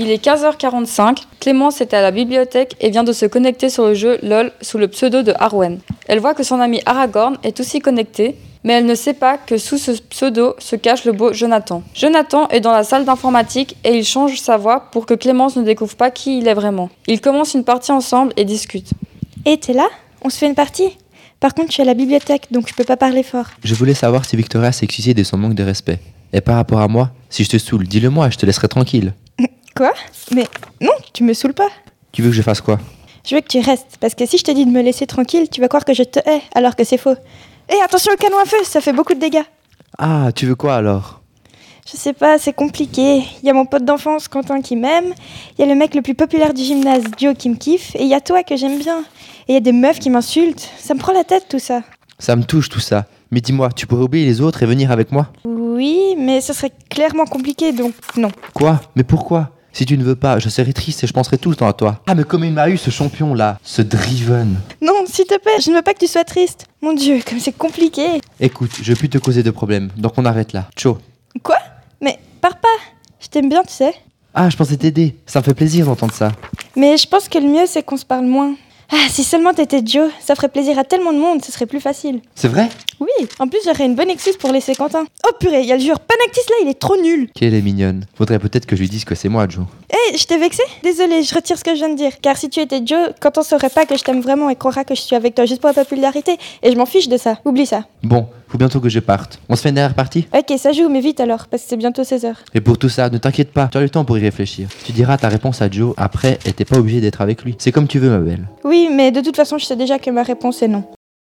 Il est 15h45, Clémence est à la bibliothèque et vient de se connecter sur le jeu LOL sous le pseudo de Arwen. Elle voit que son ami Aragorn est aussi connecté, mais elle ne sait pas que sous ce pseudo se cache le beau Jonathan. Jonathan est dans la salle d'informatique et il change sa voix pour que Clémence ne découvre pas qui il est vraiment. Ils commencent une partie ensemble et discutent. Hé, t'es là ? On se fait une partie ? Par contre, je suis à la bibliothèque, donc je peux pas parler fort. Je voulais savoir si Victoria s'est excusée de son manque de respect. Et par rapport à moi, si je te saoule, dis-le moi, je te laisserai tranquille. Quoi ? Mais non, tu me saoules pas. Tu veux que je fasse quoi ? Je veux que tu restes, parce que si je te dis de me laisser tranquille, tu vas croire que je te hais, alors que c'est faux. Hé, attention au canon à feu, ça fait beaucoup de dégâts. Ah, tu veux quoi alors ? Je sais pas, c'est compliqué. Il y a mon pote d'enfance, Quentin, qui m'aime. Il y a le mec le plus populaire du gymnase, Joe, qui me kiffe. Et il y a toi que j'aime bien. Et il y a des meufs qui m'insultent. Ça me prend la tête, tout ça. Ça me touche tout ça. Mais dis-moi, tu pourrais oublier les autres et venir avec moi ? Oui, mais ce serait clairement compliqué, donc non. Quoi ? Mais pourquoi ? Si tu ne veux pas, je serai triste et je penserai tout le temps à toi. Ah, mais comme il m'a eu ce champion là, ce Driven. Non, s'il te plaît, je ne veux pas que tu sois triste. Mon Dieu, comme c'est compliqué. Écoute, je veux plus te causer de problèmes, donc on arrête là. Ciao. Quoi ? Mais pars pas. Je t'aime bien, tu sais. Ah, je pensais t'aider. Ça me fait plaisir d'entendre ça. Mais je pense que le mieux, c'est qu'on se parle moins. Ah, si seulement t'étais Joe, ça ferait plaisir à tellement de monde, ce serait plus facile. C'est vrai ? Oui, en plus j'aurais une bonne excuse pour laisser Quentin. Oh purée, il y a le joueur Panactis là, il est trop nul. Qu'elle est mignonne. Faudrait peut-être que je lui dise que c'est moi, Joe. Hé, je t'ai vexé ? Désolée, je retire ce que je viens de dire. Car si tu étais Joe, Quentin saurait pas que je t'aime vraiment et croira que je suis avec toi juste pour la popularité. Et je m'en fiche de ça, oublie ça. Bon, faut bientôt que je parte. On se fait une dernière partie ? Ok, ça joue, mais vite alors, parce que c'est bientôt 16h. Et pour tout ça, ne t'inquiète pas, tu as le temps pour y réfléchir. Tu diras ta réponse à Joe après et t'es pas obligé d'être avec lui. C'est comme tu veux, ma belle. Oui, mais de toute façon, je sais déjà que ma réponse est non.